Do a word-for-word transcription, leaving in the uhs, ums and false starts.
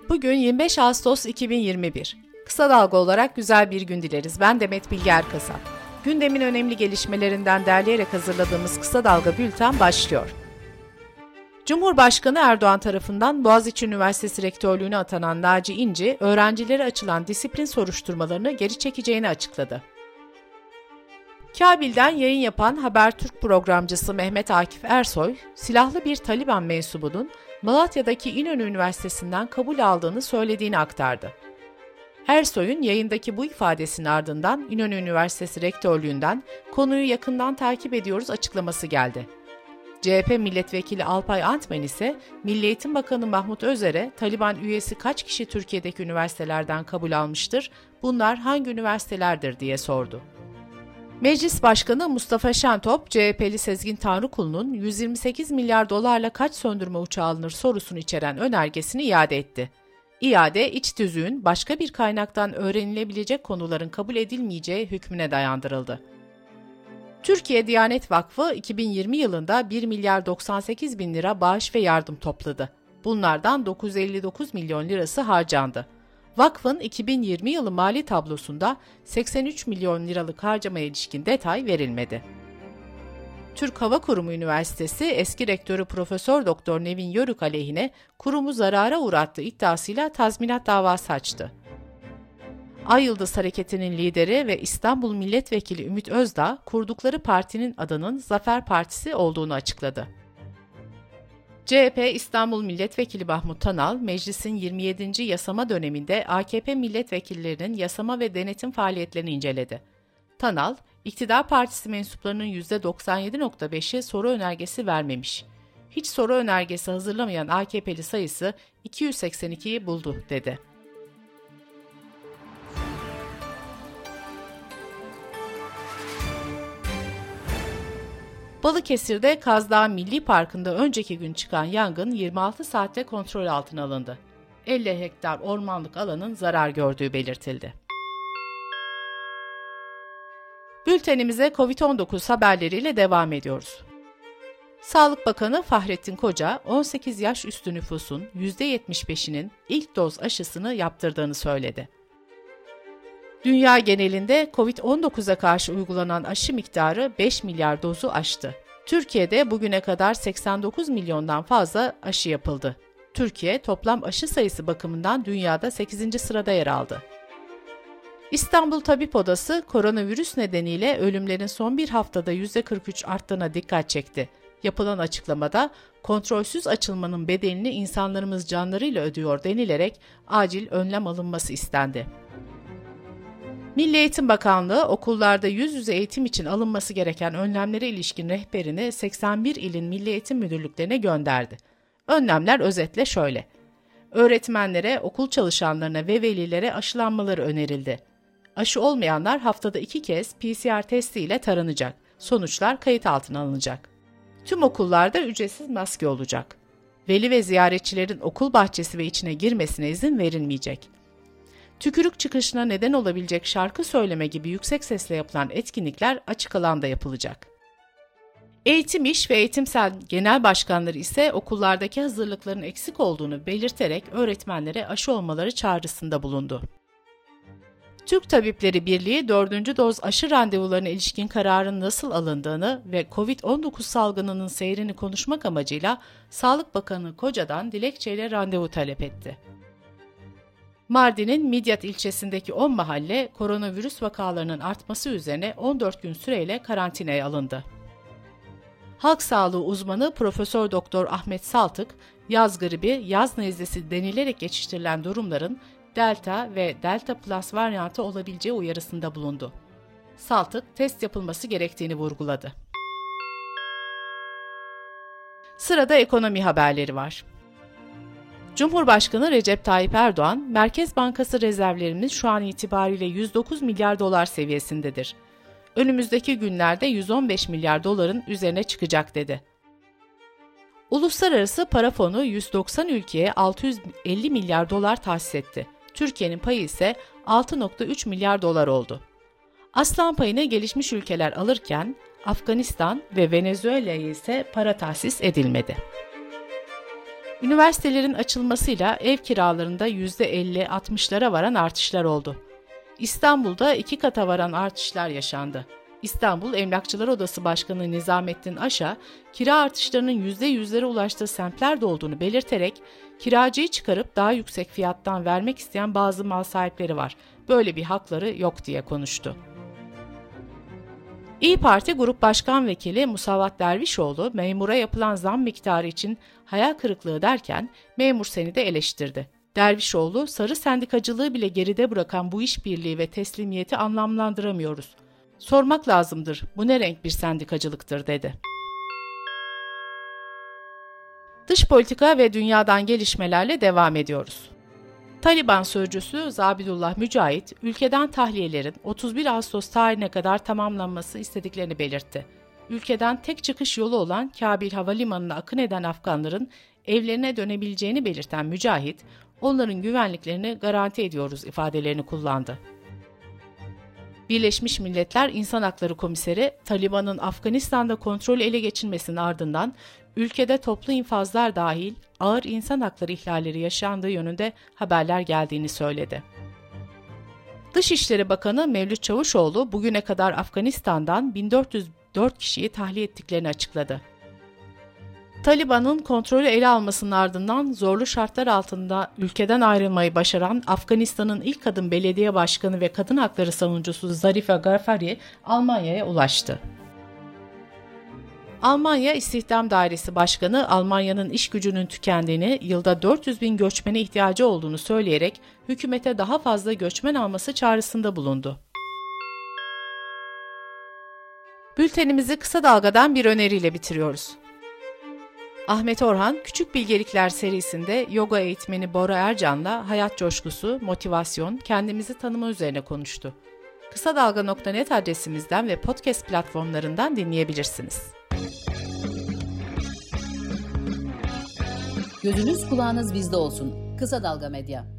Bugün yirmi beş Ağustos iki bin yirmi bir. Kısa Dalga olarak güzel bir gün dileriz. Ben Demet Bilge Erkasap. Gündemin önemli gelişmelerinden derleyerek hazırladığımız Kısa Dalga Bülten başlıyor. Cumhurbaşkanı Erdoğan tarafından Boğaziçi Üniversitesi Rektörlüğüne atanan Naci İnci, öğrencilere açılan disiplin soruşturmalarını geri çekeceğini açıkladı. Kabil'den yayın yapan Habertürk programcısı Mehmet Akif Ersoy, silahlı bir Taliban mensubunun Malatya'daki İnönü Üniversitesi'nden kabul aldığını söylediğini aktardı. Ersoy'un yayındaki bu ifadesinin ardından İnönü Üniversitesi Rektörlüğü'nden konuyu yakından takip ediyoruz açıklaması geldi. C H P Milletvekili Alpay Antmen ise Milli Eğitim Bakanı Mahmut Özer'e Taliban üyesi kaç kişi Türkiye'deki üniversitelerden kabul almıştır, bunlar hangi üniversitelerdir diye sordu. Meclis Başkanı Mustafa Şentop, C H P'li Sezgin Tanrıkulu'nun yüz yirmi sekiz milyar dolarla kaç söndürme uçağı alınır sorusunu içeren önergesini iade etti. İade, iç tüzüğün başka bir kaynaktan öğrenilebilecek konuların kabul edilmeyeceği hükmüne dayandırıldı. Türkiye Diyanet Vakfı iki bin yirmi yılında bir milyar doksan sekiz bin lira bağış ve yardım topladı. Bunlardan dokuz yüz elli dokuz milyon lirası harcandı. Vakfın iki bin yirmi yılı mali tablosunda seksen üç milyon liralık harcamaya ilişkin detay verilmedi. Türk Hava Kurumu Üniversitesi eski rektörü Profesör Doktor Nevin Yörük aleyhine kurumu zarara uğrattığı iddiasıyla tazminat davası açtı. Ay Yıldız Hareketi'nin lideri ve İstanbul Milletvekili Ümit Özdağ, kurdukları partinin adının Zafer Partisi olduğunu açıkladı. C H P İstanbul Milletvekili Mahmut Tanal, meclisin yirmi yedinci yasama döneminde A K P milletvekillerinin yasama ve denetim faaliyetlerini inceledi. Tanal, iktidar partisi mensuplarının yüzde doksan yedi virgül beşi soru önergesi vermemiş. Hiç soru önergesi hazırlamayan A K P'li sayısı iki yüz seksen ikiyi buldu, dedi. Balıkesir'de Kaz Dağı Milli Parkı'nda önceki gün çıkan yangın yirmi altı saatte kontrol altına alındı. elli hektar ormanlık alanın zarar gördüğü belirtildi. Bültenimize kovid on dokuz haberleriyle devam ediyoruz. Sağlık Bakanı Fahrettin Koca, on sekiz yaş üstü nüfusun yüzde yetmiş beşinin ilk doz aşısını yaptırdığını söyledi. Dünya genelinde kovid on dokuza karşı uygulanan aşı miktarı beş milyar dozu aştı. Türkiye'de bugüne kadar seksen dokuz milyondan fazla aşı yapıldı. Türkiye toplam aşı sayısı bakımından dünyada sekizinci sırada yer aldı. İstanbul Tabip Odası koronavirüs nedeniyle ölümlerin son bir haftada yüzde kırk üç arttığına dikkat çekti. Yapılan açıklamada kontrolsüz açılmanın bedelini insanlarımız canlarıyla ödüyor denilerek acil önlem alınması istendi. Milli Eğitim Bakanlığı okullarda yüz yüze eğitim için alınması gereken önlemlere ilişkin rehberini seksen bir ilin Milli Eğitim Müdürlüklerine gönderdi. Önlemler özetle şöyle: öğretmenlere, okul çalışanlarına ve velilere aşılanmaları önerildi. Aşı olmayanlar haftada iki kez P C R testi ile taranacak. Sonuçlar kayıt altına alınacak. Tüm okullarda ücretsiz maske olacak. Veli ve ziyaretçilerin okul bahçesi ve içine girmesine izin verilmeyecek. Tükürük çıkışına neden olabilecek şarkı söyleme gibi yüksek sesle yapılan etkinlikler açık alanda yapılacak. Eğitim İş ve Eğitimsel Genel Başkanları ise okullardaki hazırlıkların eksik olduğunu belirterek öğretmenlere aşı olmaları çağrısında bulundu. Türk Tabipleri Birliği dördüncü doz aşı randevularına ilişkin kararın nasıl alındığını ve kovid on dokuz salgınının seyrini konuşmak amacıyla Sağlık Bakanı Koca'dan dilekçeyle randevu talep etti. Mardin'in Midyat ilçesindeki on mahalle koronavirüs vakalarının artması üzerine on dört gün süreyle karantinaya alındı. Halk sağlığı uzmanı Profesör Doktor Ahmet Saltık, yaz gribi, yaz nezlesi denilerek geçiştirilen durumların Delta ve Delta Plus varyantı olabileceği uyarısında bulundu. Saltık, test yapılması gerektiğini vurguladı. Sırada ekonomi haberleri var. Cumhurbaşkanı Recep Tayyip Erdoğan, Merkez Bankası rezervlerimiz şu an itibariyle yüz dokuz milyar dolar seviyesindedir. Önümüzdeki günlerde yüz on beş milyar doların üzerine çıkacak dedi. Uluslararası Para Fonu yüz doksan ülkeye altı yüz elli milyar dolar tahsis etti. Türkiye'nin payı ise altı virgül üç milyar dolar oldu. Aslan payını gelişmiş ülkeler alırken Afganistan ve Venezuela'ya ise para tahsis edilmedi. Üniversitelerin açılmasıyla ev kiralarında yüzde elli altmışlara varan artışlar oldu. İstanbul'da iki kata varan artışlar yaşandı. İstanbul Emlakçılar Odası Başkanı Nizamettin Aşa, kira artışlarının yüzde yüzlere ulaştığı semtler de olduğunu belirterek, kiracıyı çıkarıp daha yüksek fiyattan vermek isteyen bazı mal sahipleri var, böyle bir hakları yok diye konuştu. İYİ Parti Grup Başkan Vekili Musavat Dervişoğlu, memura yapılan zam miktarı için hayal kırıklığı derken memur seni de eleştirdi. Dervişoğlu, sarı sendikacılığı bile geride bırakan bu işbirliği ve teslimiyeti anlamlandıramıyoruz. Sormak lazımdır, bu ne renk bir sendikacılıktır dedi. Dış politika ve dünyadan gelişmelerle devam ediyoruz. Taliban sözcüsü Zabidullah Mücahit, ülkeden tahliyelerin otuz bir Ağustos tarihine kadar tamamlanması istediklerini belirtti. Ülkeden tek çıkış yolu olan Kabil Havalimanı'na akın eden Afganların evlerine dönebileceğini belirten Mücahit, onların güvenliklerini garanti ediyoruz ifadelerini kullandı. Birleşmiş Milletler İnsan Hakları Komiseri, Taliban'ın Afganistan'da kontrolü ele geçirmesinin ardından ülkede toplu infazlar dahil ağır insan hakları ihlalleri yaşandığı yönünde haberler geldiğini söyledi. Dışişleri Bakanı Mevlüt Çavuşoğlu bugüne kadar Afganistan'dan bin dört yüz dört kişiyi tahliye ettiklerini açıkladı. Taliban'ın kontrolü ele almasının ardından zorlu şartlar altında ülkeden ayrılmayı başaran Afganistan'ın ilk kadın belediye başkanı ve kadın hakları savunucusu Zarife Gafari Almanya'ya ulaştı. Almanya İstihdam Dairesi Başkanı, Almanya'nın iş gücünün tükendiğini, yılda dört yüz bin göçmene ihtiyacı olduğunu söyleyerek hükümete daha fazla göçmen alması çağrısında bulundu. Bültenimizi kısa dalgadan bir öneriyle bitiriyoruz. Ahmet Orhan, Küçük Bilgelikler serisinde yoga eğitmeni Bora Ercan'la hayat coşkusu, motivasyon, kendimizi tanıma üzerine konuştu. kısadalga nokta net adresimizden ve podcast platformlarından dinleyebilirsiniz. Gözünüz kulağınız bizde olsun. Kısa Dalga Medya.